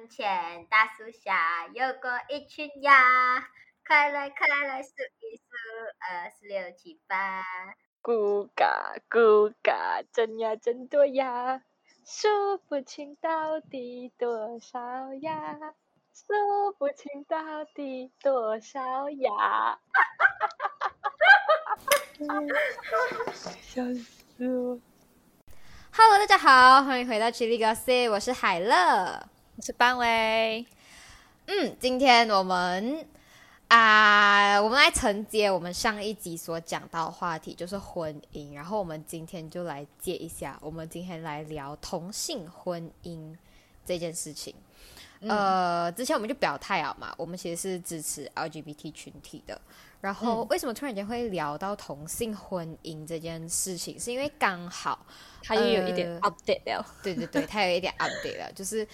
从前大树下有过一群鸭，快来快来数一数，2678。 咕嘎咕嘎，真呀真多呀，数不清到底多少呀，数不清到底多少呀。笑死我 ！Hello， 大家好，欢迎回到奇力高 C， 我是海乐， 我是班威。 今天我们来承接我们上一集所讲到的话题，就是婚姻。然后我们今天就来接一下，我们今天来聊同性婚姻这件事情。之前我们就表态了嘛，我们其实是支持 LGBT 群体的。然后为什么突然间会聊到同性婚姻这件事情？是因为刚好它又有一点 update 了。 对对对，它有一点 update 了，就是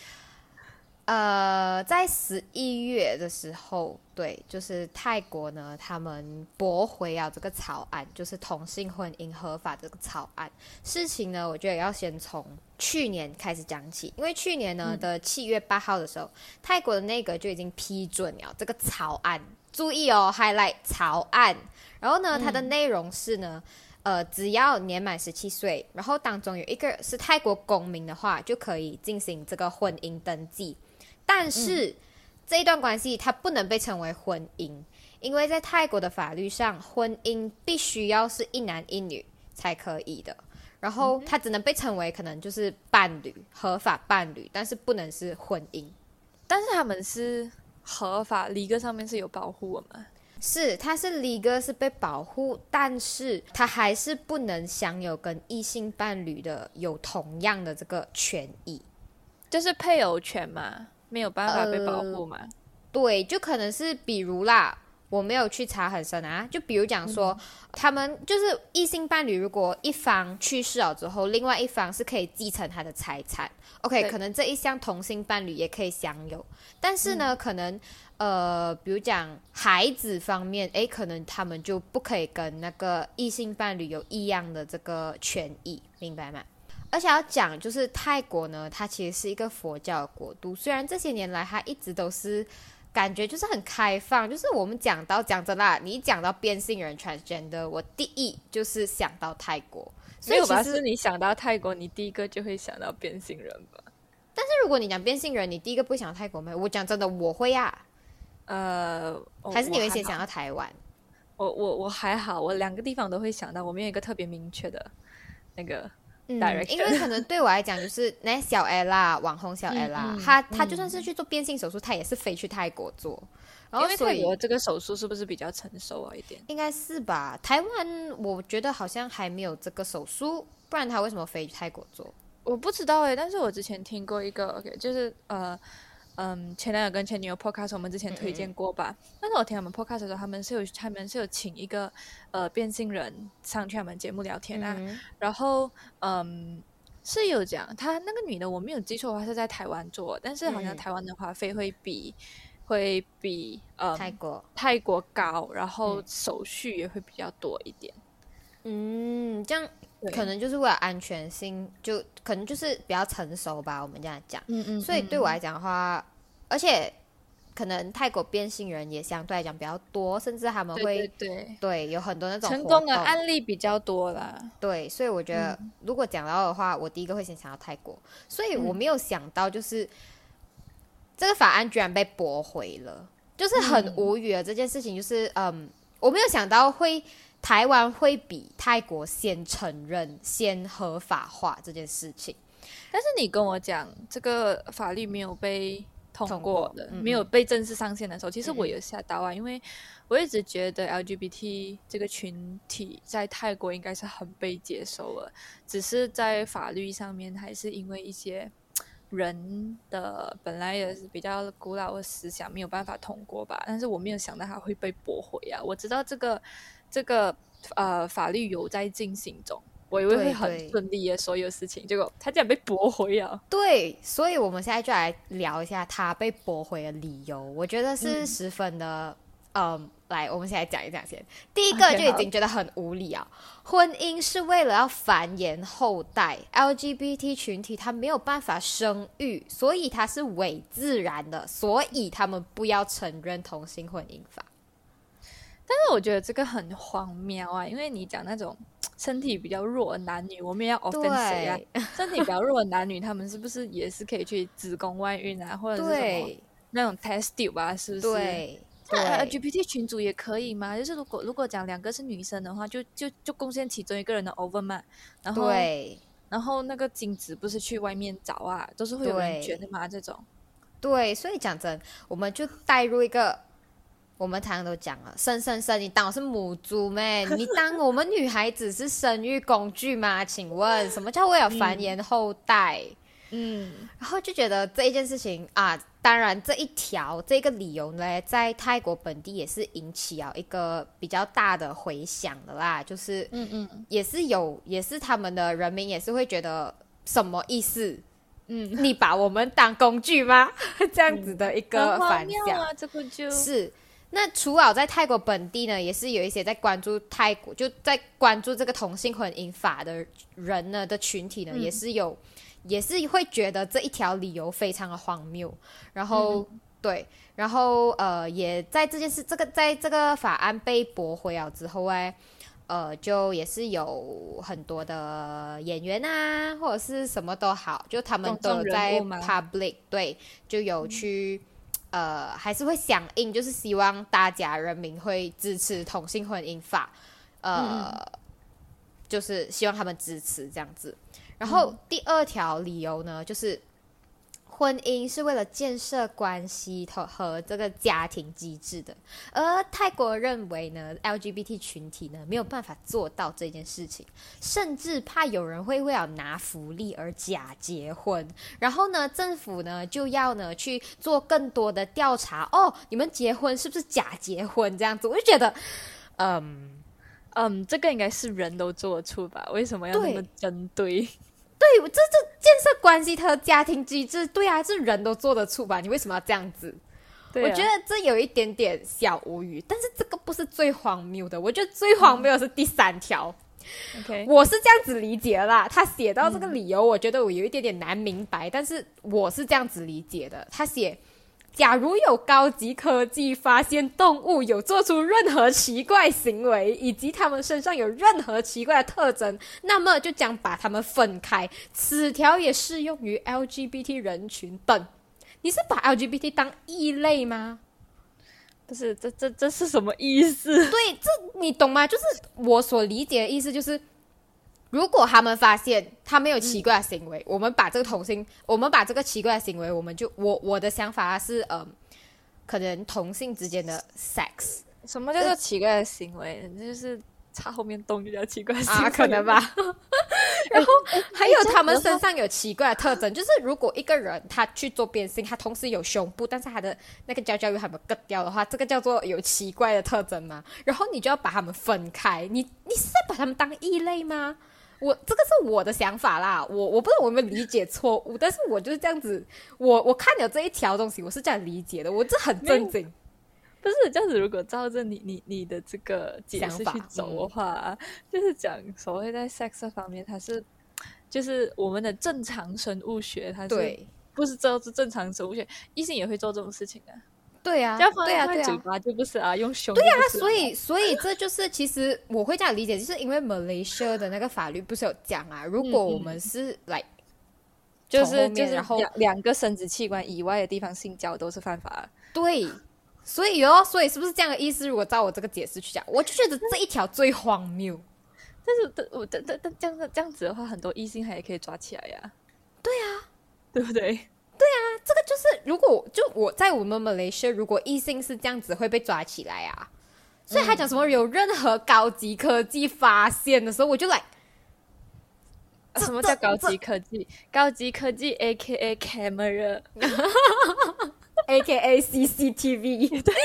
在11月的时候，对，就是泰国呢，他们驳回了这个草案，就是同性婚姻合法这个草案。事情呢，我觉得要先从去年开始讲起，因为去年呢的7月8号的时候，泰国的内阁就已经批准了这个草案。注意哦 ，highlight 草案。然后呢，它的内容是呢，只要年满17岁，然后当中有一个是泰国公民的话，就可以进行这个婚姻登记。但是这一段关系它不能被称为婚姻，因为在泰国的法律上，婚姻必须要是一男一女才可以的。然后它只能被称为可能就是伴侣，合法伴侣，但是不能是婚姻。 但是他们是合法，legal上面是有保护我们。 是，它是legal是被保护，但是它还是不能享有跟异性伴侣的有同样的这个权益， 就是配偶权嘛，没有办法被保护嘛。 对，就可能是比如啦，我没有去查很深啊，就比如讲说，他们就是异性伴侣，如果一方去世了之后，另外一方是可以继承他的财产。OK， 可能这一项同性伴侣也可以享有，但是呢，可能比如讲孩子方面，可能他们就不可以跟那个异性伴侣有一样的这个权益，明白吗？而且要讲，就是泰国呢，它其实是一个佛教的国度，虽然这些年来它一直都是感觉就是很开放，就是我们讲真的，你讲到变性人 transgender， 我第一就是想到泰国。 所以其实是你想到泰国，你第一个就会想到变性人吧？ 但是如果你讲变性人，你第一个不会想到泰国吗？我讲真的，我会啊。还是你会先想到台湾？ 我还好，我两个地方都会想到，我没有一个特别明确的那个 direction。 因为可能对我来讲，就是那小 Ella 网红小 Ella，她就算是去做变性手术，她也是飞去泰国做。然后因为泰国这个手术是不是比较成熟啊一点？ 应该是吧。台湾我觉得好像还没有这个手术，不然他为什么飞去泰国做？ 我不知道但是我之前听过一个 OK， 就是前男友跟前女友 podcast 我们之前推荐过吧。但是我听他们 podcast 的时候，他们是有请一个变性人上去他们节目聊天啊，然后是有讲他那个女的，我没有记错的话是在台湾做，但是好像台湾的话费会比泰国高，然后手续也会比较多一点。 这样可能就是为了安全性，就可能就是比较成熟吧，我们这样讲。所以对我来讲的话，而且可能泰国变性人也相对来讲比较多，甚至他们会对有很多那种成功的案例比较多啦。 对，所以我觉得如果讲到的话，我第一个会先想到泰国，所以我没有想到就是这个法案居然被驳回了，就是很无语的这件事情。就是我没有想到台湾会比泰国先承认、先合法化这件事情。 但是你跟我讲这个法律没有被通过的，没有被正式上线的时候，其实我有吓到啊，因为我一直觉得 LGBT 这个群体在泰国应该是很被接受了，只是在法律上面还是因为一些人的本来也是比较古老的思想没有办法通过吧。但是我没有想到它会被驳回啊。我知道这个法律有在进行中，我以为会很顺利的所有事情，结果它竟然被驳回了。 对，所以我们现在就来聊一下它被驳回的理由。我觉得是十分的来，我们现在讲一讲先。第一个就已经觉得很无理啊，婚姻是为了要繁衍后代 ，LGBT 群体他没有办法生育，所以它是伪自然的，所以他们不要承认同性婚姻法。 但是我觉得这个很荒谬啊，因为你讲那种身体比较弱的男女，我们也要 offend 谁啊？身体比较弱的男女，他们是不是也是可以去子宫外孕啊，或者是什么那种 test tube 啊？是不是？ 对。 LGBT 群组也可以吗？就是如果讲2个是女生的话，就贡献其中一个人的 ovum 嘛，然后那个精子不是去外面找啊，都是会有人捐的嘛，这种。 对，所以讲真，我们就带入一个，我们常常都讲了，生，你当我是母猪咩？你当我们女孩子是生育工具吗？请问什么叫为了繁衍后代？然后就觉得这一件事情啊，当然这个理由呢，在泰国本地也是引起了一个比较大的回响的啦，就是也是他们的人民也是会觉得什么意思？你把我们当工具吗？这样子的一个反响啊，这个就是那除了在泰国本地呢，也是有一些在关注泰国，就在关注这个同性婚姻法的人呢的群体呢，也是会觉得这一条理由非常的荒谬，然后对，然后也在在这个法案被驳回了之后就也是有很多的演员啊，或者是什么都好，就他们都有在 public 对，就有去还是会响应，就是希望大家人民会支持同性婚姻法，就是希望他们支持这样子。然后第2条理由呢，就是婚姻是为了建设关系和这个家庭机制的，而泰国认为呢 LGBT 群体呢没有办法做到这件事情，甚至怕有人会为了拿福利而假结婚，然后呢政府呢就要呢去做更多的调查，你们结婚是不是假结婚这样子。我就觉得这个应该是人都做得出吧，为什么要那么针对？ 对，这建设关系和家庭机制，对啊，是人都做得出吧？你为什么要这样子？我觉得这有一点点小无语，但是这个不是最荒谬的。我觉得最荒谬的是第3条。我是这样子理解啦。他写到这个理由，我觉得我有一点点难明白，但是我是这样子理解的。他写，假如有高级科技发现动物有做出任何奇怪行为，以及它们身上有任何奇怪的特征，那么就将把它们分开。此条也适用于 LGBT 人群等。你是把 LGBT 当异类吗？ 不是，这是什么意思？ 对，这你懂吗？就是我所理解的意思，就是如果他们发现他没有奇怪的行为，我们把这个奇怪的行为，我们就我的想法是，可能同性之间的 sex。 什么叫做奇怪的行为？就是插后面动就叫奇怪的行为可能吧。然后还有他们身上有奇怪的特征，就是如果一个人他去做变性，他同时有胸部，但是他的那个娇还没有割掉的话，这个叫做有奇怪的特征嘛。然后你就要把他们分开，你是在把他们当异类吗？这个是我的想法啦，我不知道我有没有理解错误，但是我就是这样子，我看了这一条东西，我是这样理解的，我这很震惊。 不是这样子，如果照着你的这个解释去走的话，就是讲所谓在 sex 方面，它是就是我们的正常生物学，它是不是照着正常生物学，异性也会做这种事情啊。 对啊， 对啊，嘴巴就不是啊，用胸对啊，所以这就是其实我会这样理解，就是因为 Malaysia 的那个法律不是有讲啊，如果我们是来就是然后两个生殖器官以外的地方性交都是犯法的。 对。所以是不是这样的意思？如果照我这个解释去讲，我就觉得这一条最荒谬。 但是这样子的话，很多异性还可以抓起来呀。 对啊， 对不对？ 对啊，这个就是如果就我在我们 Malaysia， 如果异性是这样子会被抓起来啊。所以他讲什么有任何高级科技发现的时候，我就来。 什么叫高级科技？高级科技 AKA camera。 AKA CCTV 我就觉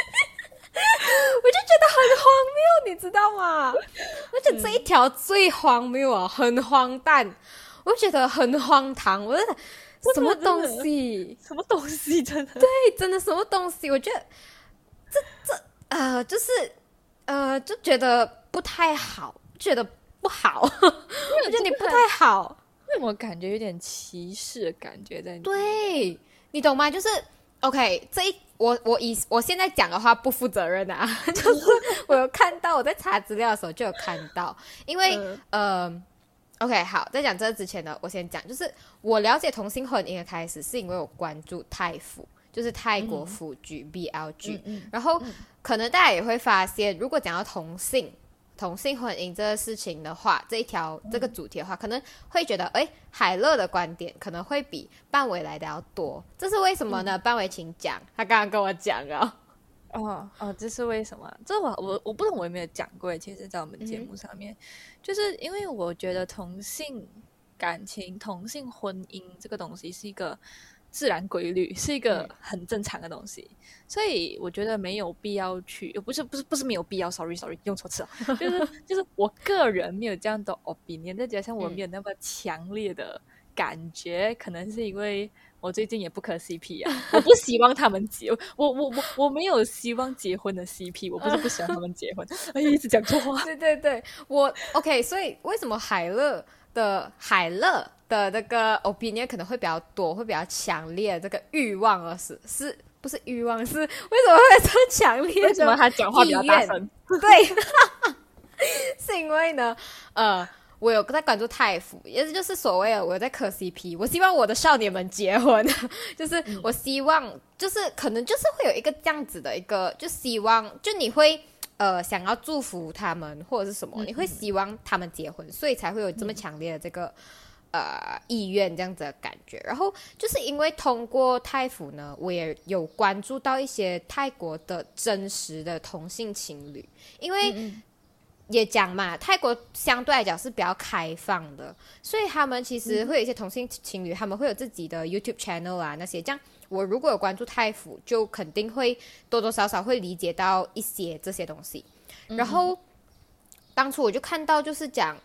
得很荒谬，你知道吗？我觉得这一条最荒谬啊，很荒诞，我觉得很荒唐，我觉得什么东西什么东西真的对，真的什么东西，我觉得就是就觉得不太好，觉得不好，我觉得你不太好， 因为我感觉有点歧视的感觉在里面。 对，你懂吗？就是 OK，我现在讲的话不负责任啊，就是我有看到，我在查资料的时候就有看到，因为OK， 好，在讲这之前呢，我先讲，就是我了解同性婚姻的开始，是因为我关注泰腐，就是泰国腐剧、BL 剧，然后可能大家也会发现，如果讲到同性婚姻这个事情的话，这个主题的话，可能会觉得，海乐的观点可能会比半尾来的要多，这是为什么呢？半尾请讲，他刚刚跟我讲啊。 这是为什么？这我不懂，我有没有讲过？其实，在我们节目上面，就是因为我觉得同性感情、同性婚姻这个东西是一个自然规律，是一个很正常的东西，所以我觉得没有必要去，不是没有必要 ，sorry， 用错词了，就是我个人没有这样的 opinion， 再加上我没有那么强烈的感觉，可能是因为我最近也不磕 CP 啊，我不希望他们结，我没有希望结婚的 CP， 我不是不喜欢他们结婚，一直讲错话。 对，我 OK， 所以为什么海乐的那个 opinion 可能会比较多，会比较强烈，这个欲望是不是欲望？是为什么会这么强烈？ 为什么他讲话比较大声？ 对，是因为呢，我有在关注泰服，也就是所谓的我有在磕 CP， 我希望我的少年们结婚，就是我希望，就是可能就是会有一个这样子的一个，就希望，就你会想要祝福他们或者是什么，你会希望他们结婚，所以才会有这么强烈的这个意愿这样子的感觉。然后就是因为通过泰服呢，我也有关注到一些泰国的真实的同性情侣，因为也讲嘛，泰国相对来讲是比较开放的，所以他们其实会有一些同性情侣，他们会有自己的 YouTube channel 啊那些，这样我如果有关注泰服，就肯定会多多少少会理解到一些这些东西。然后当初我就看到就是讲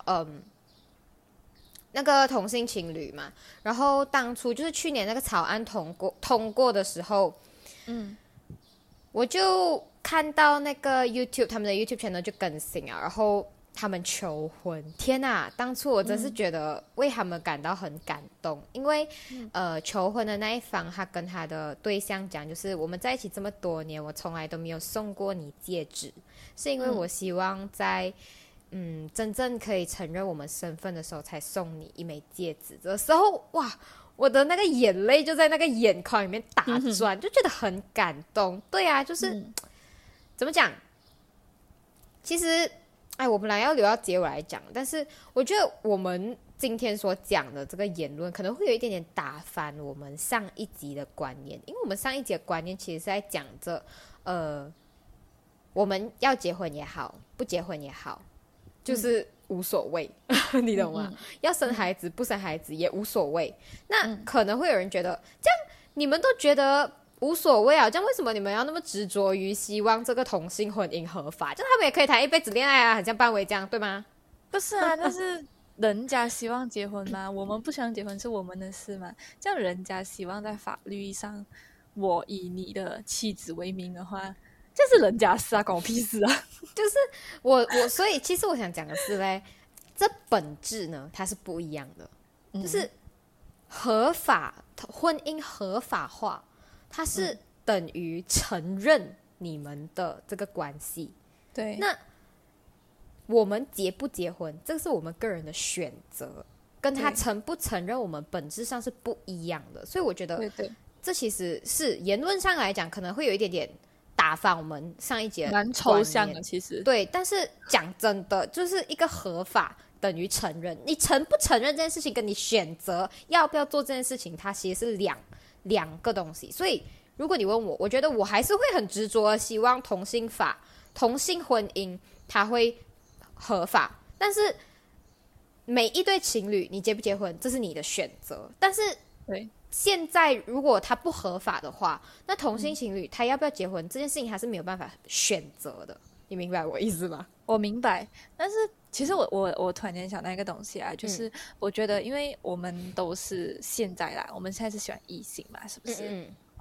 那个同性情侣嘛，然后当初就是去年那个草案通过的时候，我就看到那个 YouTube 他们的 YouTube channel 就更新啊，然后他们求婚，天哪！当初我真是觉得为他们感到很感动，因为求婚的那一方他跟他的对象讲，就是我们在一起这么多年，我从来都没有送过你戒指，是因为我希望在真正可以承认我们身份的时候才送你一枚戒指的时候，哇！我的那个眼泪就在那个眼眶里面打转，就觉得很感动。对啊，就是怎么讲？其实，我本来要留到结尾来讲，但是我觉得我们今天所讲的这个言论，可能会有一点点打翻我们上一集的观念，因为我们上一集的观念其实是在讲着，我们要结婚也好，不结婚也好，就是无所谓，你懂吗？要生孩子不生孩子也无所谓。那可能会有人觉得，这样你们都觉得无所谓啊，这样为什么你们要那么执着于希望这个同性婚姻合法？就他们也可以谈一辈子恋爱啊，很像半尾这样，对吗？ 不是啊，但是人家希望结婚吗？我们不希望结婚是我们的事嘛。这样人家希望在法律上，我以你的妻子为名的话，这是人家事啊，关我屁事啊！ 就是我，所以其实我想讲的是嘞，这本质呢，它是不一样的，就是合法婚姻合法化，它是等于承认你们的这个关系。 对， 那我们结不结婚，这是我们个人的选择，跟他承不承认我们本质上是不一样的。所以我觉得，这其实是言论上来讲，可能会有一点点打翻我们上一节蛮抽象的，其实对。但是讲真的，就是一个合法等于承认，你承不承认这件事情，跟你选择要不要做这件事情，它其实是两个东西。所以如果你问我，我觉得我还是会很执着的希望同性婚姻它会合法，但是每一对情侣你结不结婚，这是你的选择。但是对。 现在如果它不合法的话，那同性情侣他要不要结婚这件事情还是没有办法选择的，你明白我意思吗？ 我明白，但是其实我突然间想到一个东西啊，就是我觉得因为我们都是现在啦，我们现在是喜欢异性嘛，是不是？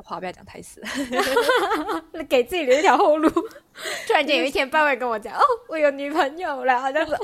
话不要讲太死， 给自己留一条后路。突然间有一天爸爸跟我讲，哦，我有女朋友了，好像是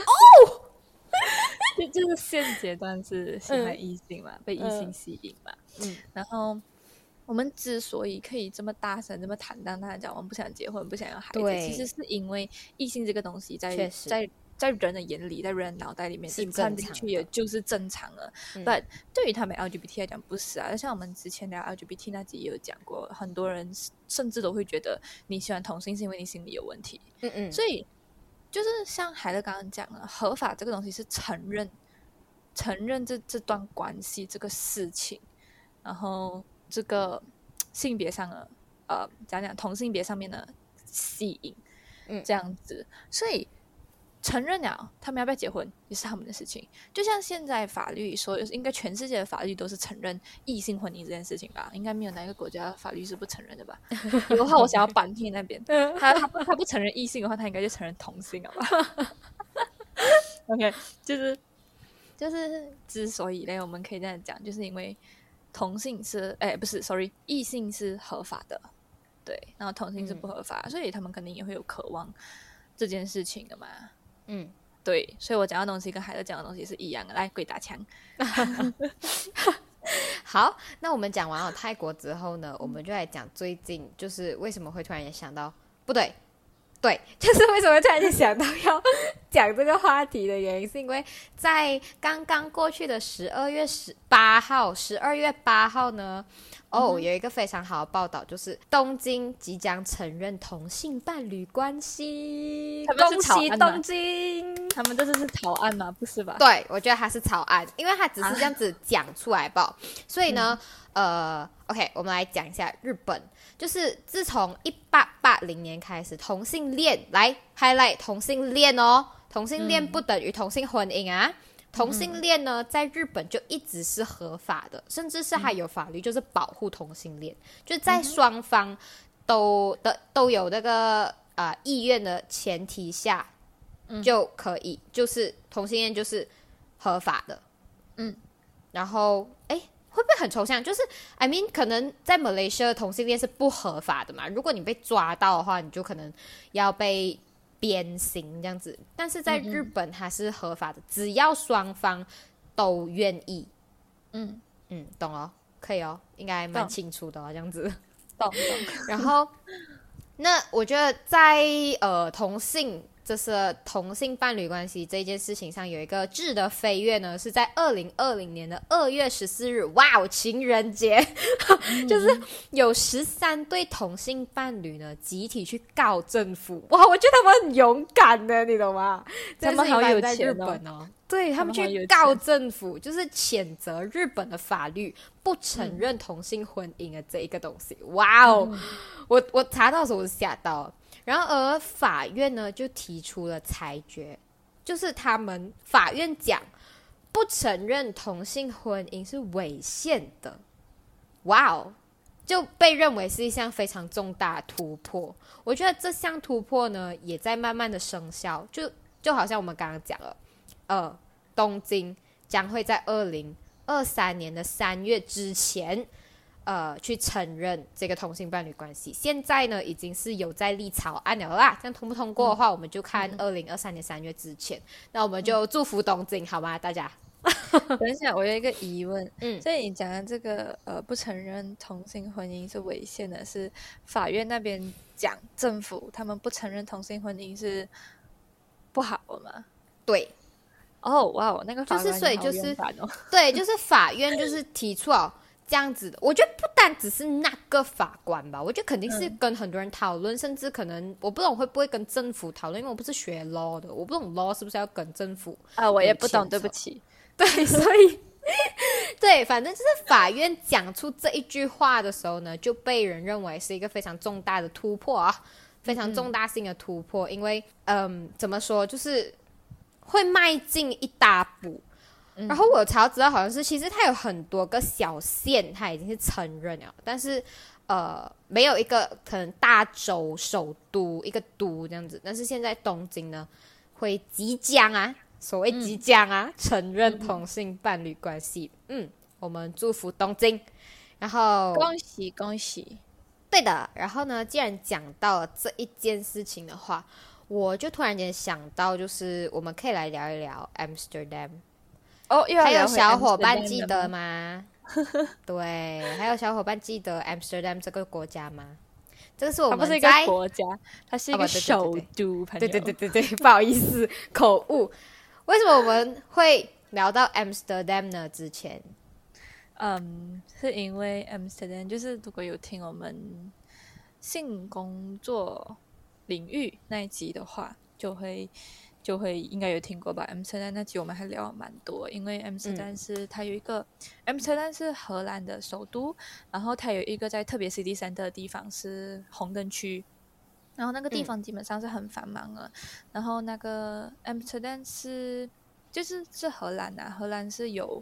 就是现阶段是喜欢异性嘛，被异性吸引嘛，然后我们之所以可以这么大声、这么坦荡荡的讲我们不想结婚、不想要孩子，其实是因为异性这个东西在人的眼里，在人的脑袋里面一看进去也就是正常了。但对于他们 LGBT 来讲不是啊，像我们之前聊 LGBT 那集也有讲过，很多人甚至都会觉得你喜欢同性是因为你心里有问题。所以就是像海乐刚刚讲了，合法这个东西是承认这段关系这个事情，然后这个性别上的讲同性别上面的吸引，这样子，所以承认了他们要不要结婚也是他们的事情。就像现在法律说，应该全世界的法律都是承认异性婚姻这件事情吧？应该没有哪一个国家的法律是不承认的吧？有的话我想要板贴那边，他不承认异性的话，他应该就承认同性好吧？OK， 就是之所以呢，我们可以这样讲，就是因为同性是不是 sorry， 异性是合法的，对，然后同性是不合法，所以他们肯定也会有渴望这件事情的嘛。对，所以我讲的东西跟海乐讲的东西是一样的。来，鬼打墙。 好，那我们讲完了泰国之后呢，我们就来讲最近就是为什么会突然间想到，不对，就是为什么突然间想到要讲这个话题的原因，是因为在刚刚过去的12月8号呢，有一个非常好的报道，就是东京即将承认同性伴侣关系，恭喜东京！ 他们这是草案吗？不是吧？ 对，我觉得它是草案，因为它只是这样子讲出来吧。所以呢，OK， 我们来讲一下日本，就是自从1880年开始，同性恋来 highlight 同性恋哦，同性恋不等于同性婚姻啊。同性恋呢，在日本就一直是合法的，甚至是还有法律就是保护同性恋，就在双方都有那个意愿的前提下，就可以，就是同性恋就是合法的。然后会不会很抽象？就是 I mean 可能在 Malaysia 同性恋是不合法的嘛，如果你被抓到的话，你就可能要被鞭刑这样子，但是在日本它是合法的，只要双方都愿意。懂哦，可以哦，应该蛮清楚的哦，这样子。 懂。 然后，那我觉得在同性伴侣关系这件事情上，有一个质的飞跃呢，是在2020年的2月14日，哇，情人节，就是有13对同性伴侣呢集体去告政府，哇，我觉得他们很勇敢的，你懂吗？ 他们好有钱哦， 在日本哦，对，他们去告政府，就是谴责日本的法律不承认同性婚姻的这一个东西，哇哦，我查到的时候我吓到了。然而法院呢就提出了裁决，就是法院讲不承认同性婚姻是违宪的，哇哦，就被认为是一项非常重大的突破。我觉得这项突破呢也在慢慢的生效，就好像我们刚刚讲了，东京将会在2023年的3月之前去承认这个同性伴侣关系。现在呢已经是有在立草案了啦，这样通不通过的话，我们就看2023年3月之前。那我们就祝福东京好吗大家？ 等一下，我有一个疑问，所以你讲的这个不承认同性婚姻是违宪的，是法院那边讲政府他们不承认同性婚姻是不好的吗？ 对。 哇，那个法官所以就是对，就是法院就是提出这样子的。我觉得不单只是那个法官吧，我觉得肯定是跟很多人讨论，甚至可能我不懂会不会跟政府讨论，因为我不是学 law 的，我不懂 law 是不是要跟政府我也不懂，对不起。 对，所以对，反正就是法院讲出这一句话的时候呢，就被人认为是一个非常重大的突破啊，非常重大性的突破。因为怎么说，就是会迈进一大步。然后我才知道，好像是其实它有很多个小县，它已经是承认了，但是没有一个可能大州首都一个都这样子。但是现在东京呢，会即将所谓即将承认同性伴侣关系。我们祝福东京。 然后恭喜恭喜！ 对的，然后呢，既然讲到了这一件事情的话，我就突然间想到，就是我们可以来聊一聊 Amsterdam。 哦， 还有小伙伴 Amsterdam 记得吗？对，还有小伙伴记得 Amsterdam 这个国家吗？这个是我它不是一们在个国家，它是一个首都。 对对对对对，不好意思，口误。为什么我们会聊到 Amsterdam 呢？之前， 是因为 Amsterdam 就是如果有听我们性工作领域那一集的话，就会应该有听过吧。Amsterdam 那集我们还聊了蛮多，因为 Amsterdam 它有一个Amsterdam 是荷兰的首都，然后它有一个在特别 city center 的地方是红灯区，然后那个地方基本上是很繁忙的。然后那个 Amsterdam 是荷兰啊，荷兰是有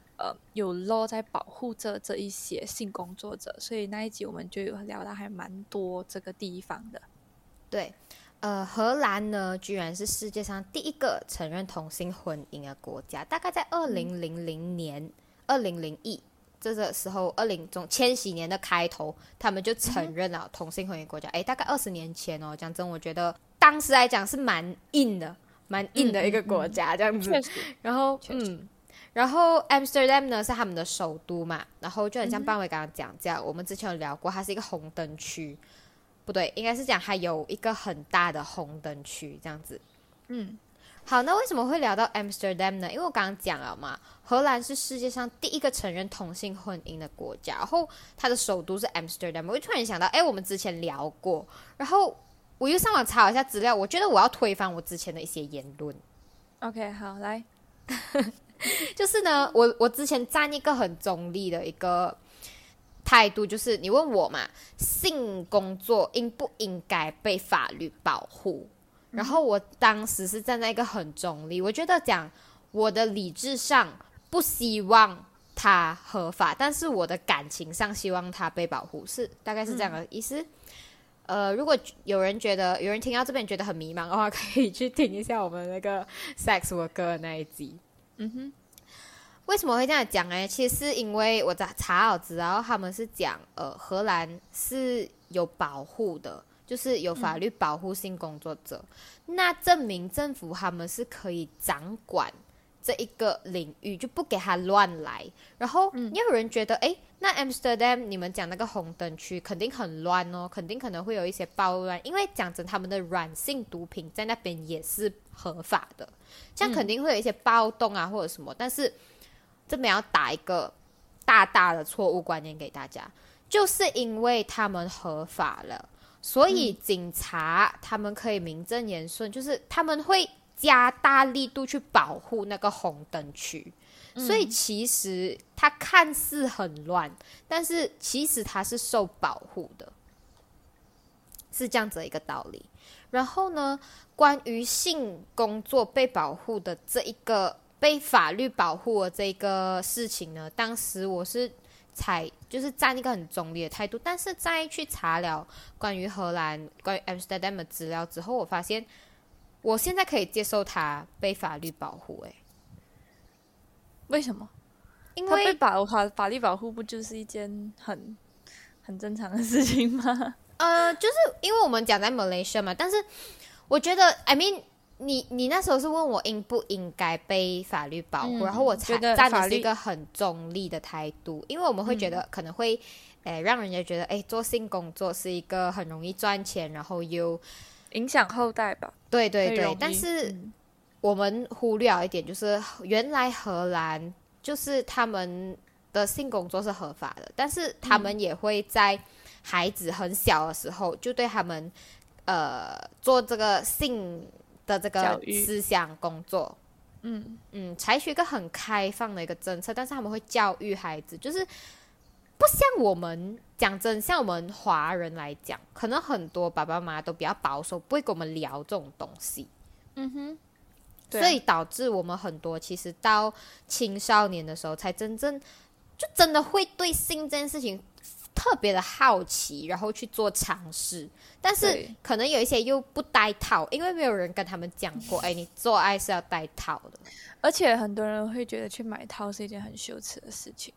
law 在保护着这一些性工作者，所以那一集我们就有聊到还蛮多这个地方的。 对。荷兰呢，居然是世界上第一个承认同性婚姻的国家。大概在2000年、2001这个时候千禧年的开头，他们就承认了同性婚姻国家。大概20年前哦，讲真，我觉得当时来讲是蛮硬的一个国家，这样子。然后然后 Amsterdam 呢是他们的首都嘛，然后就很像半伟刚刚讲这样，我们之前有聊过，它是一个红灯区。不对，应该是讲还有一个很大的红灯区这样子。好，那为什么会聊到 Amsterdam 呢？因为我刚刚讲了嘛，荷兰是世界上第一个承认同性婚姻的国家，然后它的首都是 Amsterdam。我就突然想到，我们之前聊过，然后我又上网查了一下资料，我觉得我要推翻我之前的一些言论。 OK， 好，来， 就是呢，我之前站一个很中立的一个态度，就是你问我嘛，性工作应不应该被法律保护？然后我当时是站在一个很中立，我觉得讲我的理智上不希望它合法，但是我的感情上希望它被保护，大概是这样的意思。如果有人听到这边觉得很迷茫的话，可以去听一下我们那个 sex worker 的那一集。为什么会这样讲呢？其实是因为我查好资料，他们是讲荷兰是有保护的，就是有法律保护性工作者，那证明政府他们是可以掌管这一个领域，就不给他乱来。然后也有人觉得那 Amsterdam 你们讲那个红灯区肯定很乱哦，肯定可能会有一些暴乱，因为讲真他们的软性毒品在那边也是合法的，这样肯定会有一些暴动啊或者什么。但是这边要打一个大大的错误观念给大家，就是因为他们合法了，所以警察他们可以名正言顺，就是他们会加大力度去保护那个红灯区。所以其实它看似很乱，但是其实它是受保护的，是这样子的一个道理。然后呢，关于性工作被保护的这一个被法律保护的这个事情呢，当时我是就是站一个很中立的态度，但是在去查了关于荷兰、关于 Amsterdam 的资料之后，我发现我现在可以接受它被法律保护。 为什么？ 因为法律保护不就是一件很正常的事情吗？ 就是因为我们讲在 Malaysia 嘛，但是我觉得 I mean你那时候是问我应不应该被法律保护，然后我站的是一个很中立的态度，因为我们会觉得可能会让人家觉得做性工作是一个很容易赚钱，然后又影响后代吧。 对对对，但是我们忽略了一点，就是原来荷兰就是他们的性工作是合法的，但是他们也会在孩子很小的时候就对他们做这个性的这个思想工作，采取一个很开放的一个政策，但是他们会教育孩子，就是不像我们讲真，像我们华人来讲，可能很多爸爸妈妈都比较保守，不会跟我们聊这种东西。所以导致我们很多其实到青少年的时候才真正就真的会对性这件事情特别的好奇，然后去做尝试，但是可能有一些又不戴套，因为没有人跟他们讲过你做爱是要戴套的， 而且很多人会觉得去买套是一件很羞耻的事情。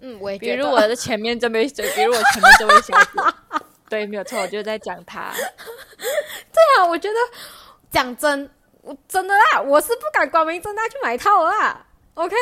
我也觉得， 比如我的前面这位小姐，对，没有错，我就在讲她。 对啊，我觉得讲真的啦，我是不敢光明正大去买套啦 ，OK？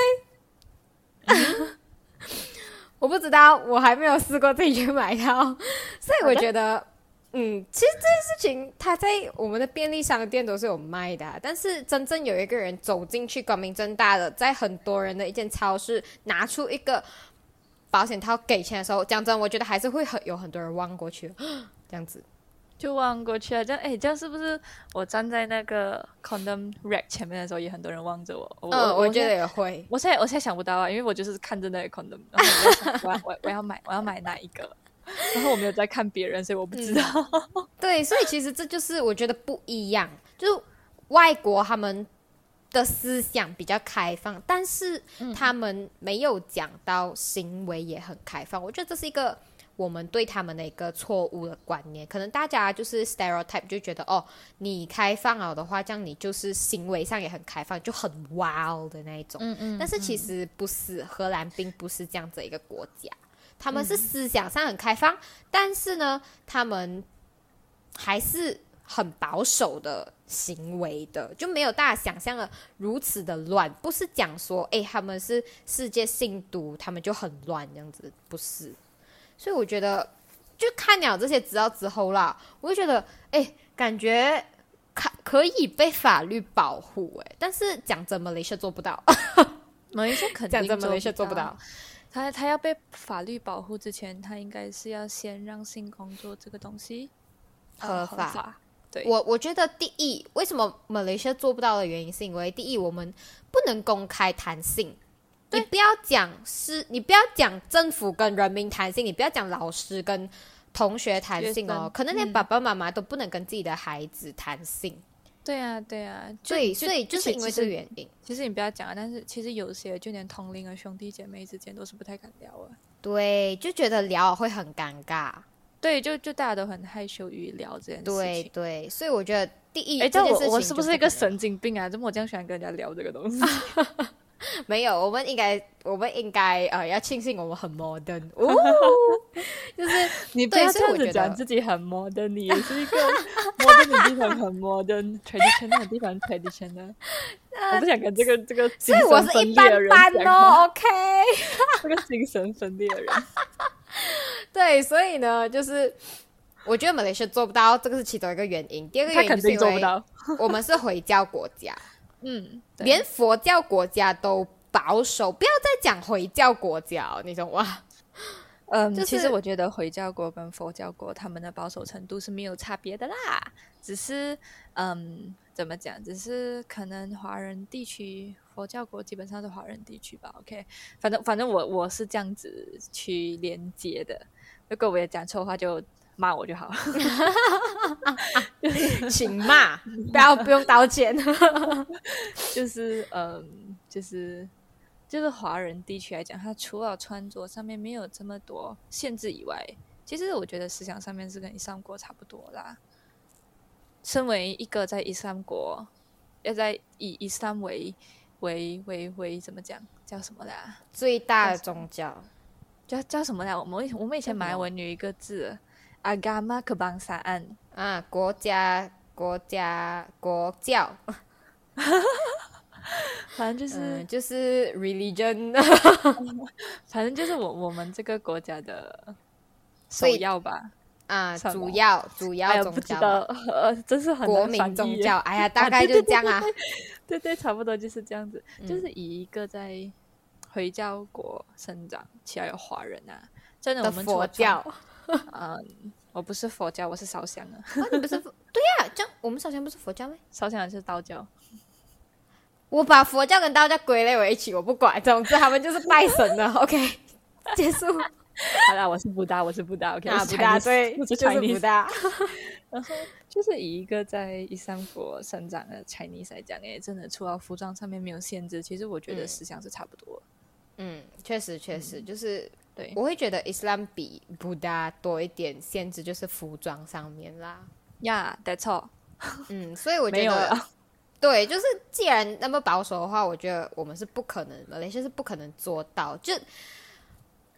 我不知道，我还没有试过自己去买套，所以我觉得，其实这件事情它在我们的便利商店都是有卖的但是真正有一个人走进去光明正大的，在很多人的一间超市拿出一个保险套给钱的时候，讲真，我觉得还是会有很多人望过去，这样子。 就望过去了，这样这样是不是我站在那个 condom rack 前面的时候，也很多人望着我？ 我觉得也会。 我现在想不到啊，因为我就是看着那个 condom， 然后我要买哪一个，然后我没有在看别人，所以我不知道。 对，所以其实这就是我觉得不一样，就是外国他们的思想比较开放，但是他们没有讲到行为也很开放。我觉得这是一个我们对他们的一个错误的观念，可能大家就是 stereotype 就觉得你开放了的话，这样你就是行为上也很开放，就很 wow 的那一种。但是其实不是，荷兰并不是这样子一个国家，他们是思想上很开放，但是呢，他们还是很保守的行为的，就没有大家想象的如此的乱。不是讲说他们是世界性毒，他们就很乱这样子，不是。所以我觉得就看了这些资料之后啦，我就觉得感觉可以被法律保护但是讲真Malaysia做不到 Malaysia 肯定做不到。 他要被法律保护之前，他应该是要先让性工作这个东西合法。对，我觉得第一，为什么Malaysia做不到的原因，是因为第一，我们不能公开谈性。你不要讲政府跟人民谈性，你不要讲老师跟同学谈性可能连爸爸妈妈都不能跟自己的孩子谈性。 对啊，所以就是因为这个原因。 其实你不要讲但是其实有些就连同龄的兄弟姐妹之间都是不太敢聊对，就觉得聊会很尴尬。 对，就大家都很害羞于聊这件事情。 对，所以我觉得第一， 这件事情我是不是一个神经病啊？怎么我这样喜欢跟人家聊这个东西？ 没有，我们应该要庆幸我们很 modern 就是你不要这样子讲自己很 modern， 你也是一个 modern 的地方很 modern traditional 的地方 traditional。我不想跟这个精神分裂的人讲，OK 这个精神分裂的人。 对，所以呢，就是我觉得Malaysia做不到，这个是其中一个原因。第二个原因就是因为我们是回教国家。连佛教国家都保守，不要再讲回教国家你懂吗？ 其实我觉得回教国跟佛教国他们的保守程度是没有差别的啦，只是怎么讲，只是可能华人地区佛教国基本上是华人地区吧 OK， 反正我是这样子去连接的，如果我也讲错话就骂我就好请骂不用道歉就是华人地区来讲，它除了穿着上面没有这么多限制以外，其实我觉得思想上面是跟伊斯兰国差不多啦。身为一个在伊斯兰国，要在以伊斯兰为怎么讲叫什么啦？ 最大的宗教叫什么啦？我们以前马来文有一个字，agama kebangsaan 国教反正就是 religion 反正就是我们这个国家的首要吧主要宗教真是很国民宗教大概就是这样对差不多就是这样子就是以一个在回教国生长起来的华人真的我们佛教我不是佛教，我是烧香的你不是对这样我们烧香不是佛教吗？ 烧香的是道教。 我把佛教跟道教归类为一起，我不管，总之他们就是拜神的OK 结束好啦，我是布达 OK 布达对，就是布达然后就是以一个在伊斯兰国生长的 Chinese 来讲真的除了服装上面没有限制，其实我觉得思想是差不多确实就是对，我会觉得伊斯兰比布达多一点限制，就是服装上面啦 that's all 所以我觉得对，就是既然那么保守的话，我觉得我们是不可能，Malaysia是不可能做到。就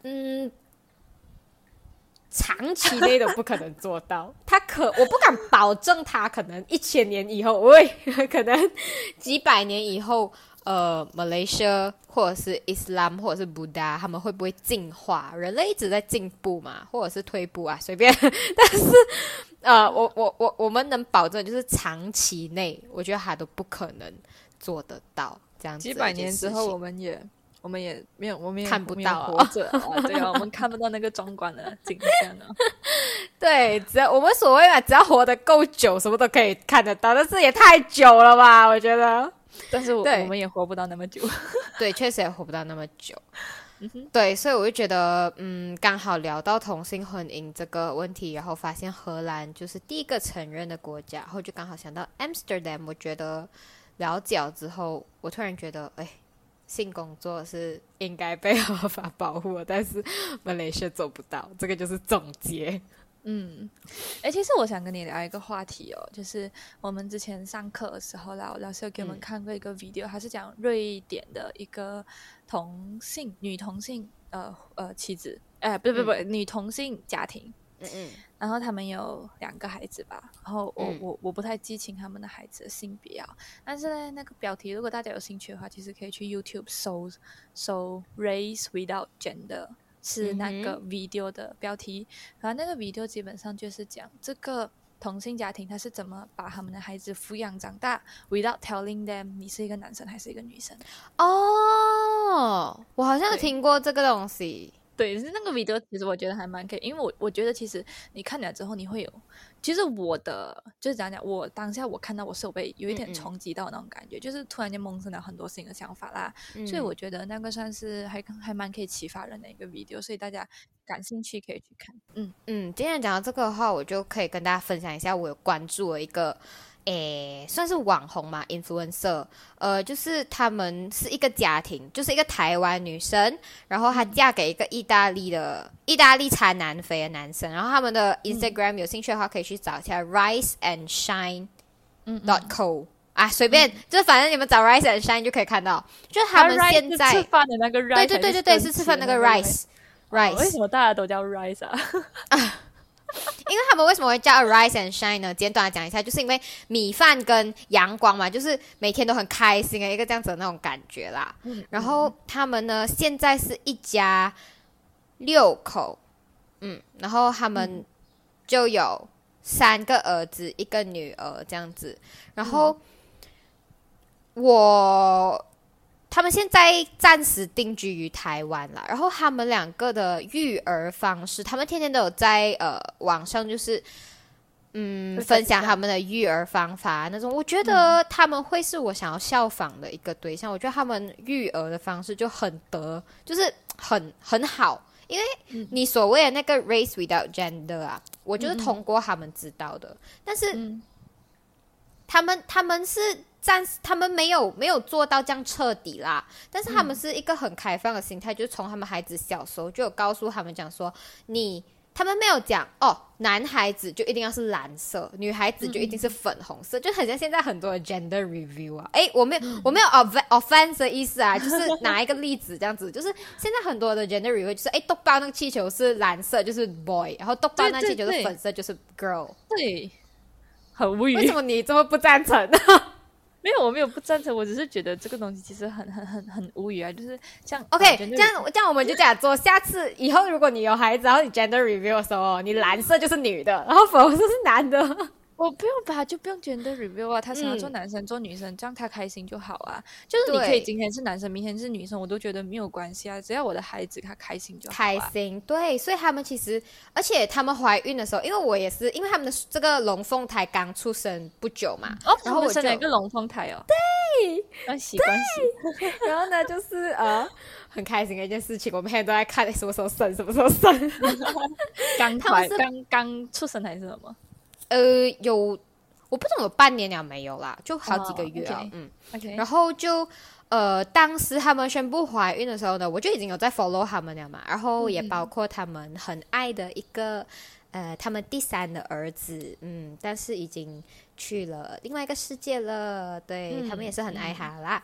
长期内都不可能做到。我不敢保证他可能1000年以后，可能几百年以后，Malaysia 或者是 Islam 或者是 Buddha 他们会不会进化？人类一直在进步嘛，或者是退步啊，随便。但是我们能保证就是长期内，我觉得他都不可能做得到这样子。 几百年之后，我们也没有，我们也看不到活着啊，对啊，我们看不到那个壮观的景象啊。 对，只要我们所谓的只要活得够久，什么都可以看得到，但是也太久了吧？我觉得。 但是我们也活不到那么久。 对，确实也活不到那么久。对，所以我就觉得，刚好聊到同性婚姻这个问题，然后发现荷兰就是第一个承认的国家，然后就刚好想到 Amsterdam。我觉得了解了之后，我突然觉得，性工作是应该被合法保护的，但是马来西亚做不到，这个就是总结。 其实我想跟你聊一个话题哦，就是我们之前上课的时候啦，老师有给我们看过一个 video，它是讲瑞典的一个女同性妻子，不，女同性家庭，然后他们有2个孩子吧，然后我不太记清他们的孩子的性别啊，但是呢，那个标题如果大家有兴趣的话，其实可以去 YouTube 搜 Race Without Gender。是那个 video 的标题，然后那个 video 基本上就是讲这个同性家庭他是怎么把他们的孩子抚养长大 without telling them 你是一个男生还是一个女生。 我好像有听过这个东西。 对，是那个 video 其实我觉得还蛮可以，因为我觉得其实你看了之后你会有，其实我的就是讲我当下我看到我是有一点冲击到那种感觉，就是突然间萌生了很多新的想法啦，所以我觉得那个算是还蛮可以启发人的一个 video， 所以大家感兴趣可以去看。 今天讲到这个的话，我就可以跟大家分享一下我有关注的一个算是网红嘛 influencer， 就是他们是一个家庭，就是一个台湾女生，然后她嫁给一个意大利产南非的男生，然后他们的 Instagram 有兴趣的话可以去找一下 riceandshine.co 随便，就是反正你们找 Rice and Shine 就可以看到，就是他们现在吃饭的那个 rice， 对，是吃饭那个 rice。 为什么大家都叫 rice 啊？ 因为他们为什么会叫 Rise and Shine 呢？简短的讲一下，就是因为米饭跟阳光嘛，就是每天都很开心的一个这样子的那种感觉啦。然后他们呢，现在是一家6口，然后他们就有3个儿子，1个女儿这样子。然后他们现在暂时定居于台湾啦，然后他们2个的育儿方式，他们天天都有在网上就是分享他们的育儿方法那种，我觉得他们会是我想要效仿的一个对象。我觉得他们育儿的方式就就是很好，因为你所谓的那个 race without gender 啊，我就是通过他们知道的，但是他们是他们没有做到这样彻底啦，但是他们是一个很开放的心态，就是从他们孩子小时候就有告诉他们讲说，他们没有讲男孩子就一定要是蓝色，女孩子就一定是粉红色，就很像现在很多的 gender review 啊。我没有 offense 的意思啊，就是拿一个例子这样子，就是现在很多的 gender review 就是豆包那个气球是蓝色就是 boy， 然后豆包那气球是粉色就是 girl。 对，很无语。 为什么你这么不赞成？ 没有，我没有不赞成，我只是觉得这个东西其实很无语啊，就是像 OK， 这样我们就这样做，下次以后如果你有孩子，然后你 gender review 的时候，你蓝色就是女的，然后粉红色是男的。 我不用吧，就不用 gender review 啊，他想要做男生做女生，这样他开心就好啊。就是你可以今天是男生，明天是女生，我都觉得没有关系啊，只要我的孩子他开心就好开心，对，所以他们其实，而且他们怀孕的时候，因为我也是，因为他们的这个龙凤胎刚出生不久嘛，然后我生了一个龙凤胎哦， 对， 恭喜， 然后呢，就是很开心的一件事情，我们现在都在看什么时候生，什么时候生， 刚出生还是什么？ 我不知道有半年了没有啦，就好几个月了 ，okay. 然后就当时他们宣布怀孕的时候呢，我就已经有在 follow 他们了嘛，然后也包括他们很爱的一个他们第3的儿子，但是已经去了另外一个世界了，对，他们也是很爱他啦。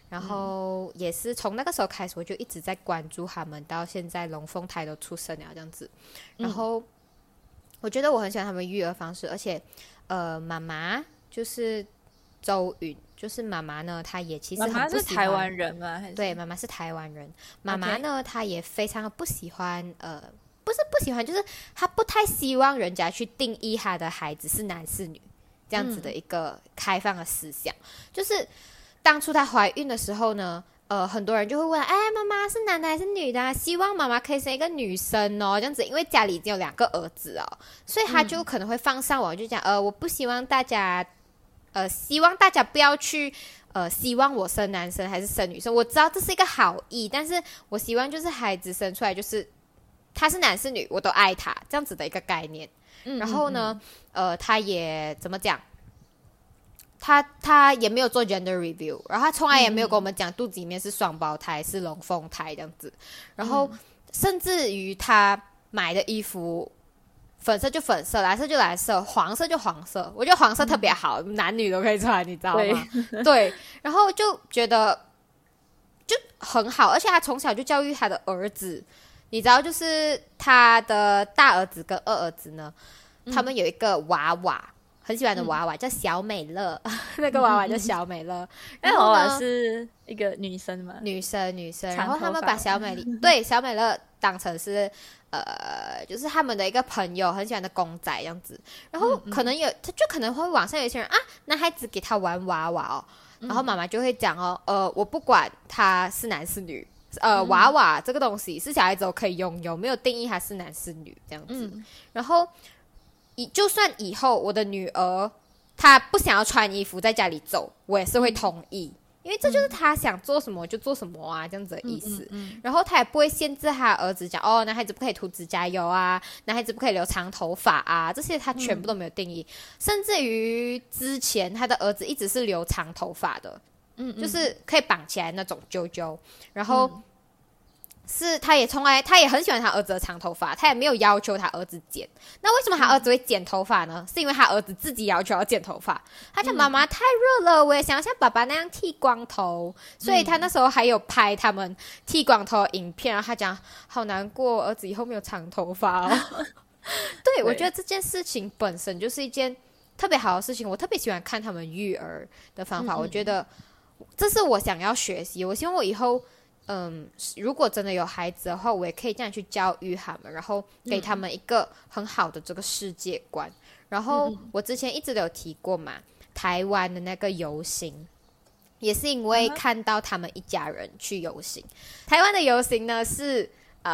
然后也是从那个时候开始，我就一直在关注他们，到现在龙凤胎都出生了这样子。然后我觉得我很喜欢他们育儿方式，而且妈妈就是周允，就是妈妈呢，她也其实很不喜欢。 妈妈是台湾人吗？还是对，妈妈是台湾人。妈妈呢，她也非常不喜欢不是不喜欢，就是她不太希望人家去定义她的孩子是男是女这样子的一个开放的思想。就是当初她怀孕的时候呢，很多人就会问，哎，妈妈是男的还是女的啊？希望妈妈可以生一个女生哦，这样子，因为家里已经有2个儿子哦，所以她就可能会放上网，就讲，我不希望大家，希望大家不要去。希望我生男生还是生女生？我知道这是一个好意，但是我希望就是孩子生出来就是他是男是女，我都爱他这样子的一个概念。然后呢，他也怎么讲？他也没有做 gender review， 然后他从来也没有跟我们讲肚子里面是双胞胎是龙凤胎这样子。然后甚至于他买的衣服。粉色就粉色，蓝色就蓝色，黄色就黄色。我觉得黄色特别好，男女都可以穿，你知道吗？对，然后就觉得就很好，而且他从小就教育他的儿子，你知道，就是他的大儿子跟二儿子呢，他们有一个娃娃，很喜欢的娃娃叫小美乐，那个娃娃叫小美乐。 然后娃娃是一个女生嘛， 女生，然后他们把小美对小美乐当成是。就是他们的一个朋友很喜欢的公仔这样子，然后可能他就可能会网上有一些人啊，男孩子给他玩娃娃哦，然后妈妈就会讲哦，我不管他是男是女，娃娃这个东西是小孩子都可以拥有，没有定义他是男是女这样子。然后就算以后我的女儿她不想要穿衣服在家里走，我也是会同意。因为这就是他想做什么就做什么啊，这样子的意思。然后他也不会限制他儿子讲男孩子不可以涂指甲油啊，男孩子不可以留长头发啊，这些他全部都没有定义。甚至于之前他的儿子一直是留长头发的，就是可以绑起来那种啾啾。然后是他也很喜欢他儿子的长头发，他也没有要求他儿子剪。那为什么他儿子会剪头发呢？是因为他儿子自己要求要剪头发。他讲妈妈太热了，我也想要像爸爸那样剃光头，所以他那时候还有拍他们剃光头的影片。然后他讲好难过，儿子以后没有长头发哦。对，我觉得这件事情本身就是一件特别好的事情，我特别喜欢看他们育儿的方法。我觉得这是我想要学习，我希望我以后如果真的有孩子的话，我也可以这样去教育他们，然后给他们一个很好的这个世界观。然后我之前一直都有提过嘛，台湾的那个游行，也是因为看到他们一家人去游行。台湾的游行呢是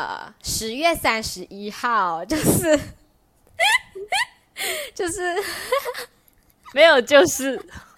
10月31号，就是没有就是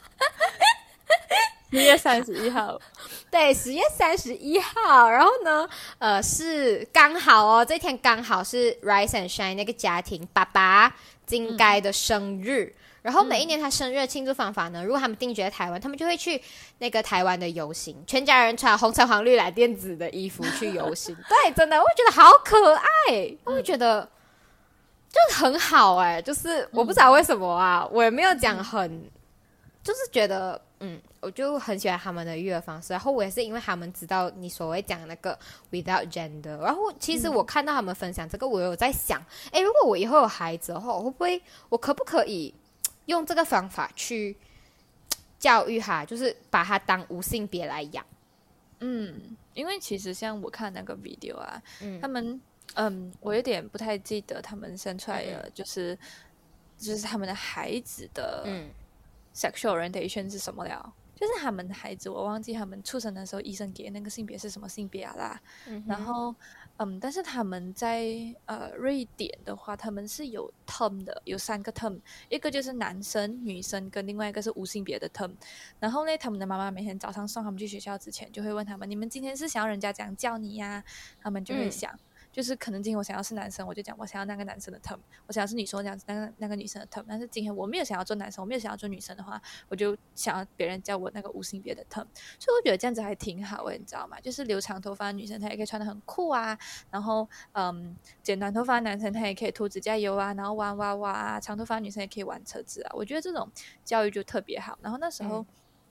10月31号。 对，10月31号，然后呢，是刚好哦，这天刚好是 Rise and Shine 那个家庭爸爸金该的生日，然后每一年他生日的庆祝方法呢，如果他们定居在台湾，他们就会去那个台湾的游行，全家人穿红橙黄绿蓝靛紫的衣服去游行。对，真的，我觉得好可爱，我会觉得就很好就是我不知道为什么啊，我也没有讲很，就是觉得我就很喜欢他们的育儿方式，然后我也是因为他们知道你所谓讲那个 without gender， 然后其实我看到他们分享这个，我有在想，如果我以后有孩子的话，我可不可以用这个方法去教育他，就是把他当无性别来养？ 因为其实像我看那个 video 啊，他们我有点不太记得他们生出来的就是他们的孩子的sexual orientation 是什么了。就是他们的孩子，我忘记他们出生的时候医生给那个性别是什么性别啦。然后但是他们在瑞典的话，他们是有 term 的，有3个 term， 一个就是男生、女生，跟另外一个是无性别的 term。然后呢，他们的妈妈每天早上送他们去学校之前，就会问他们：你们今天是想要人家怎样叫你呀？他们就会想。就是可能今天我想要是男生，我就讲我想要那个男生的 term； 我想要是女生，我讲那个女生的 term。但是今天我没有想要做男生，我没有想要做女生的话，我就想要别人叫我那个无性别的 term。所以我觉得这样子还挺好你知道吗？就是留长头发的女生她也可以穿得很酷啊，然后剪短头发的男生他也可以涂指甲油啊，然后玩娃娃啊，长头发的女生也可以玩车子啊。我觉得这种教育就特别好。然后那时候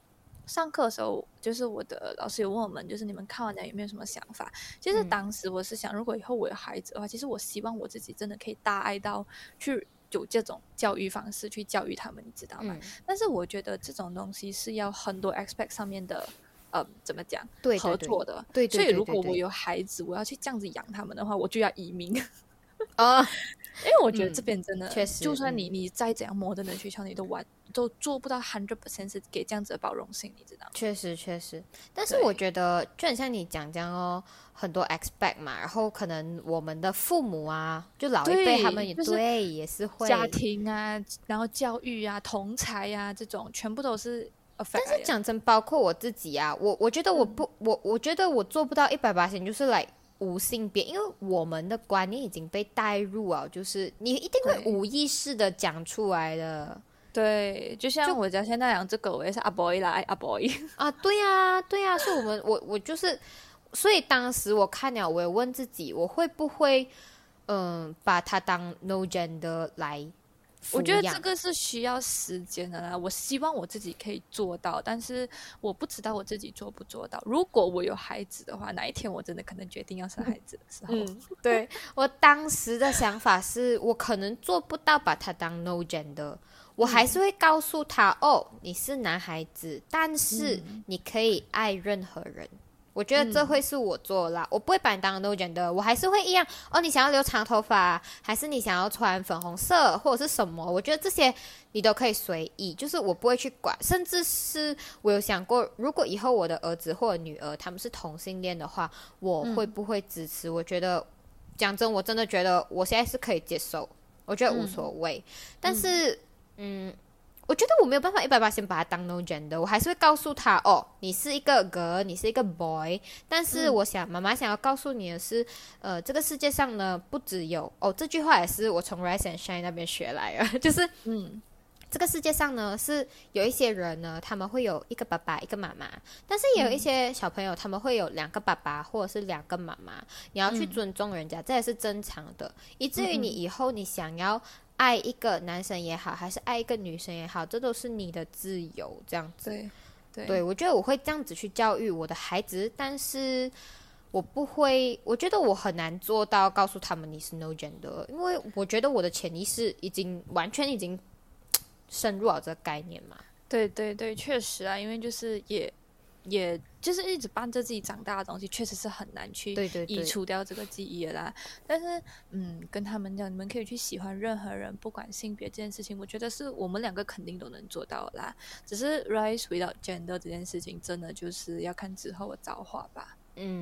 上课的时候，就是我的老师有问我们，就是你们看完了有没有什么想法？其实当时我是想，如果以后我有孩子的话，其实我希望我自己真的可以大爱到去有这种教育方式去教育他们，你知道吗？但是我觉得这种东西是要很多 aspect 上面的。怎么讲？ 对合作的， 对， 所以如果我有孩子，我要去这样子养他们的话，我就要移民。因为我觉得这边真的， 确实， 就算你再怎样摩登的学校，你都做不到100%是给这样子的包容性，你知道吗？ 确实，但是我觉得就很像你讲这样哦，很多 expect 嘛，然后可能我们的父母啊，就老一辈他们也、 就是也是会家庭啊，然后教育啊、同才啊这种，全部都是 affect。 但是讲真，包括我自己啊，我觉得我觉得我做不到100%，就是来。无性别，因为我们的观念已经被带入啊，就是你一定会无意识的讲出来的。 对，就像我家现在养只狗，我也是阿 boy 啦，阿 boy 啊，对呀，所以我就是，所以当时我看了，我也问自己，我会不会把它当 no gender 来。 我觉得这个是需要时间的啦，我希望我自己可以做到，但是我不知道我自己做不做到。如果我有孩子的话，哪一天我真的可能决定要生孩子的时候， 对，我当时的想法是我可能做不到把他当 no gender，我还是会告诉他，哦，你是男孩子，但是你可以爱任何人。我觉得这会是我做啦，我不会把你当 no gender，我还是会一样哦。你想要留长头发，还是你想要穿粉红色，或者是什么？我觉得这些你都可以随意，就是我不会去管。甚至是我有想过，如果以后我的儿子或者女儿他们是同性恋的话，我会不会支持？我觉得讲真，我真的觉得我现在是可以接受，我觉得无所谓。但是，我觉得我没有办法180先把他当 no gender， 我还是会告诉他，哦，你是一个 girl， 你是一个 boy， 但是我想妈妈想要告诉你的是，这个世界上呢不只有这句话也是我从 Rise and Shine 那边学来的，就是这个世界上呢是有一些人呢，他们会有一个爸爸一个妈妈，但是也有一些小朋友他们会有2个爸爸或者是2个妈妈，你要去尊重人家，这也是正常的，以至于你以后你想要爱一个男生也好，还是爱一个女生也好，这都是你的自由，这样子。对，我觉得我会这样子去教育我的孩子，但是我不会，我觉得我很难做到告诉他们你是 no gender， 因为我觉得我的潜意识完全已经深入了这个概念嘛。 对，确实啊，因为就是也就是一直伴着自己长大的东西，确实是很难去移除掉这个记忆的啦。但是，跟他们讲，你们可以去喜欢任何人，不管性别这件事情，我觉得是我们2个肯定都能做到的啦。只是 rise without gender 这件事情，真的就是要看之后的造化吧。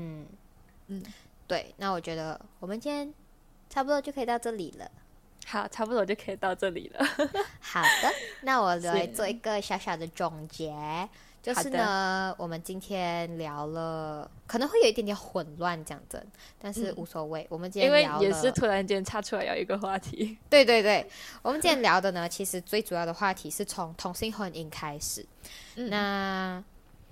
对，那我觉得我们今天差不多就可以到这里了。 好，差不多就可以到这里了。 好的，那我来做一个小小的总结。就是呢，我们今天聊了，可能会有一点点混乱，讲真，但是无所谓。我们今天聊了， 因为也是突然间插出来有一个话题。 对，我们今天聊的呢，其实最主要的话题是从同性婚姻开始。那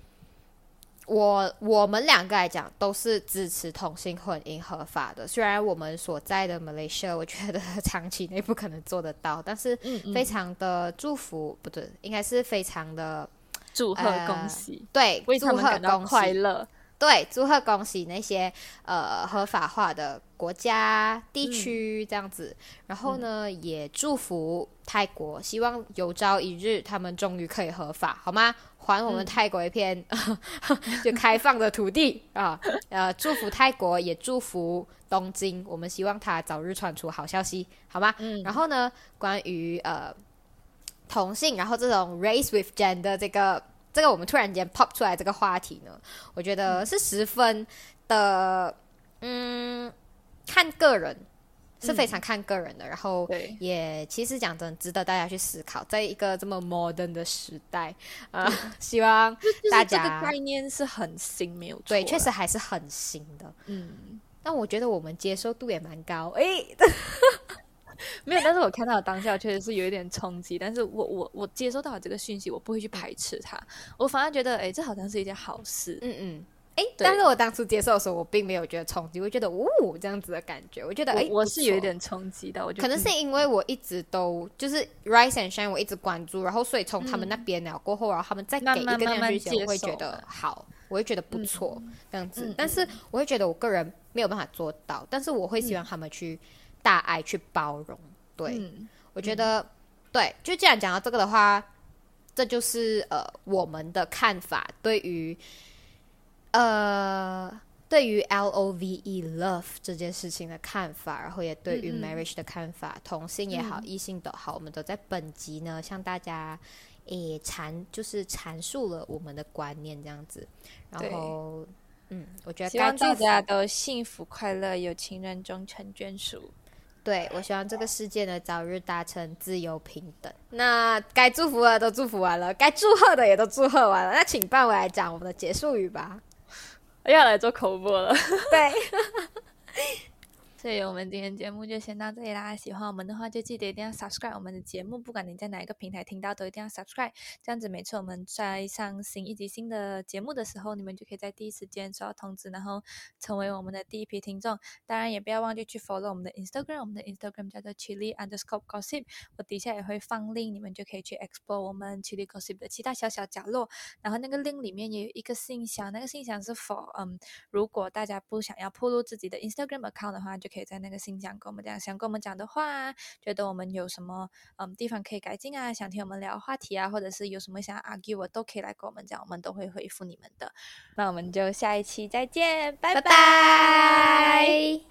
我们2个来讲都是支持同性婚姻合法的，虽然我们所在的马来西亚，我觉得长期内不可能做得到，但是非常的祝福，不对，应该是非常的。 祝贺恭喜， 对， 为他们感到快乐。 对，祝贺恭喜那些合法化的国家地区这样子。然后呢，也祝福泰国，希望有朝一日他们终于可以合法，好吗？还我们泰国一片就开放的土地啊！祝福泰国，也祝福东京，我们希望他早日传出好消息，好吗？然后呢，关于同性，然后这种 race with gender 这个我们突然间 pop 出来这个话题呢，我觉得是十分的看个人，是非常看个人的，然后也其实讲真值得大家去思考，在一个这么 modern 的时代希望大家、 就是、这个概念是很新，没有错， 对，确实还是很新的。但我觉得我们接受度也蛮高没有，但是我看到的当下确实是有一点冲击，但是我接收到这个讯息，我不会去排斥它，我反而觉得这好像是一件好事。 但是我当初接受的时候，我并没有觉得冲击，我觉得这样子的感觉，我觉得我是有一点冲击的，我觉得可能是因为我一直都就是 Rise and Shine 我一直关注，然后所以从他们那边了过后，然后他们再给一个那样剧情，我会觉得好，我会觉得不错这样子，但是我会觉得我个人没有办法做到，但是我会希望他们去大爱去包容，对，我觉得对，就既然讲到这个的话，这就是我们的看法对于love 这件事情的看法，然后也对于 marriage 的看法，同性也好，异性都好，我们都在本集呢向大家就是阐述了我们的观念这样子，然后我觉得希望大家都幸福快乐，有情人终成眷属。 对，我希望这个世界呢早日达成自由平等。那该祝福的都祝福完了，该祝贺的也都祝贺完了，那请伴我来讲我们的结束语吧。 要来做口播了。 对。 所以我们今天节目就先到这里啦，喜欢我们的话就记得一定要 subscribe 我们的节目，不管你在哪一个平台听到都一定要 subscribe， 这样子每次我们在上新一集新的节目的时候，你们就可以在第一时间收到通知，然后成为我们的第一批听众。当然也不要忘记去 follow 我们的 Instagram， 我们的 Instagram 叫做 Chili_Gossip， 我底下也会放 link， 你们就可以去 explore 我们 Chili Gossip 的其他小小角落，然后那个 link 里面也有一个信箱，那个信箱是 for 如果大家不想要暴露自己的 Instagram account 的话，就可以在那个信箱跟我们讲，想跟我们讲的话觉得我们有什么地方可以改进啊，想听我们聊话题啊，或者是有什么想要 argue 都可以来跟我们讲，我们都会回复你们的。那我们就下一期再见，拜拜。